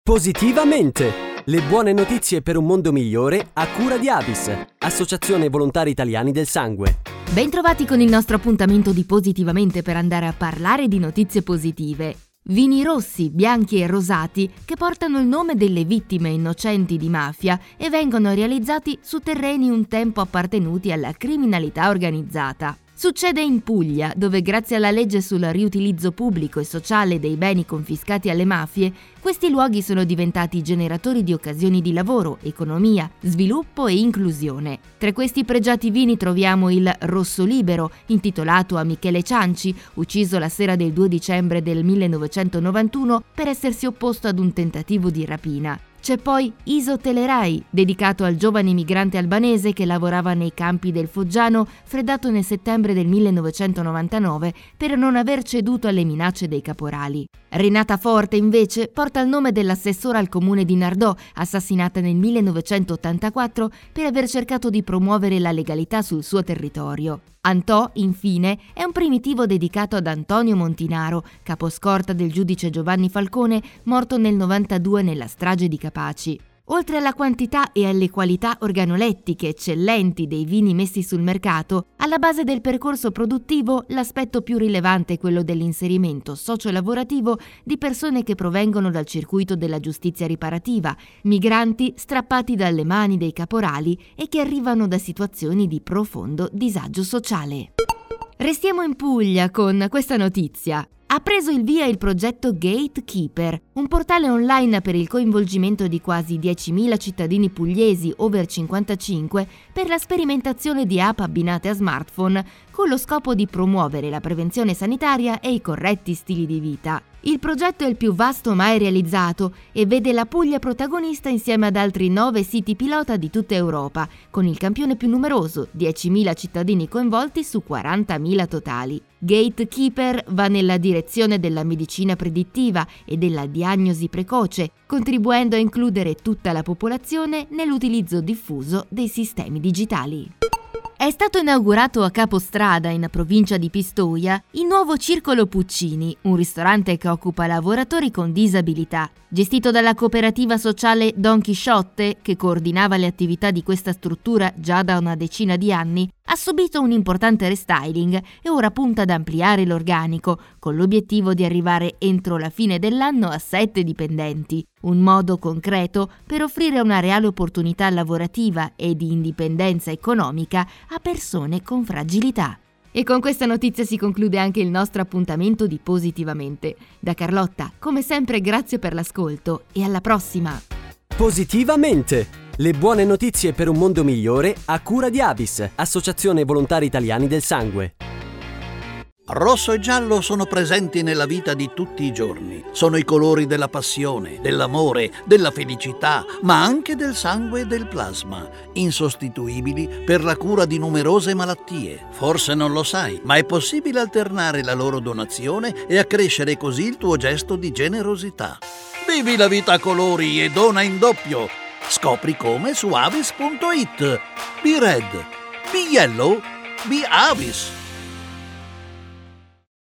Positivamente! Le buone notizie per un mondo migliore a cura di Avis, Associazione Volontari Italiani del Sangue. Bentrovati con il nostro appuntamento di Positivamente per andare a parlare di notizie positive. Vini rossi, bianchi e rosati che portano il nome delle vittime innocenti di mafia e vengono realizzati su terreni un tempo appartenuti alla criminalità organizzata. Succede in Puglia, dove grazie alla legge sul riutilizzo pubblico e sociale dei beni confiscati alle mafie, questi luoghi sono diventati generatori di occasioni di lavoro, economia, sviluppo e inclusione. Tra questi pregiati vini troviamo il Rosso Libero, intitolato a Michele Cianci, ucciso la sera del 2 dicembre del 1991 per essersi opposto ad un tentativo di rapina. C'è poi Iso Telerai, dedicato al giovane migrante albanese che lavorava nei campi del Foggiano, freddato nel settembre del 1999 per non aver ceduto alle minacce dei caporali. Renata Forte, invece, porta il nome dell'assessora al comune di Nardò, assassinata nel 1984 per aver cercato di promuovere la legalità sul suo territorio. Antò, infine, è un primitivo dedicato ad Antonio Montinaro, caposcorta del giudice Giovanni Falcone, morto nel 92 nella strage di Capaci. Oltre alla quantità e alle qualità organolettiche eccellenti dei vini messi sul mercato, alla base del percorso produttivo l'aspetto più rilevante è quello dell'inserimento socio-lavorativo di persone che provengono dal circuito della giustizia riparativa, migranti strappati dalle mani dei caporali e che arrivano da situazioni di profondo disagio sociale. Restiamo in Puglia con questa notizia. Ha preso il via il progetto Gatekeeper, un portale online per il coinvolgimento di quasi 10.000 cittadini pugliesi over 55 per la sperimentazione di app abbinate a smartphone con lo scopo di promuovere la prevenzione sanitaria e i corretti stili di vita. Il progetto è il più vasto mai realizzato e vede la Puglia protagonista insieme ad altri 9 siti pilota di tutta Europa, con il campione più numeroso, 10.000 cittadini coinvolti su 40.000 totali. Gatekeeper va nella direzione della medicina predittiva e della diagnosi precoce, contribuendo a includere tutta la popolazione nell'utilizzo diffuso dei sistemi digitali. È stato inaugurato a Capostrada, in provincia di Pistoia, il nuovo Circolo Puccini, un ristorante che occupa lavoratori con disabilità. Gestito dalla cooperativa sociale Don Chisciotte, che coordinava le attività di questa struttura già da una decina di anni, ha subito un importante restyling e ora punta ad ampliare l'organico, con l'obiettivo di arrivare entro la fine dell'anno a 7 dipendenti. Un modo concreto per offrire una reale opportunità lavorativa e di indipendenza economica a persone con fragilità. E con questa notizia si conclude anche il nostro appuntamento di Positivamente. Da Carlotta, come sempre, grazie per l'ascolto e alla prossima! Positivamente! Le buone notizie per un mondo migliore a cura di Avis, Associazione Volontari Italiani del Sangue. Rosso e giallo sono presenti nella vita di tutti i giorni. Sono i colori della passione, dell'amore, della felicità, ma anche del sangue e del plasma, insostituibili per la cura di numerose malattie. Forse non lo sai, ma è possibile alternare la loro donazione e accrescere così il tuo gesto di generosità. Vivi la vita a colori e dona in doppio. Scopri come su avis.it. Be red, be yellow, be Avis.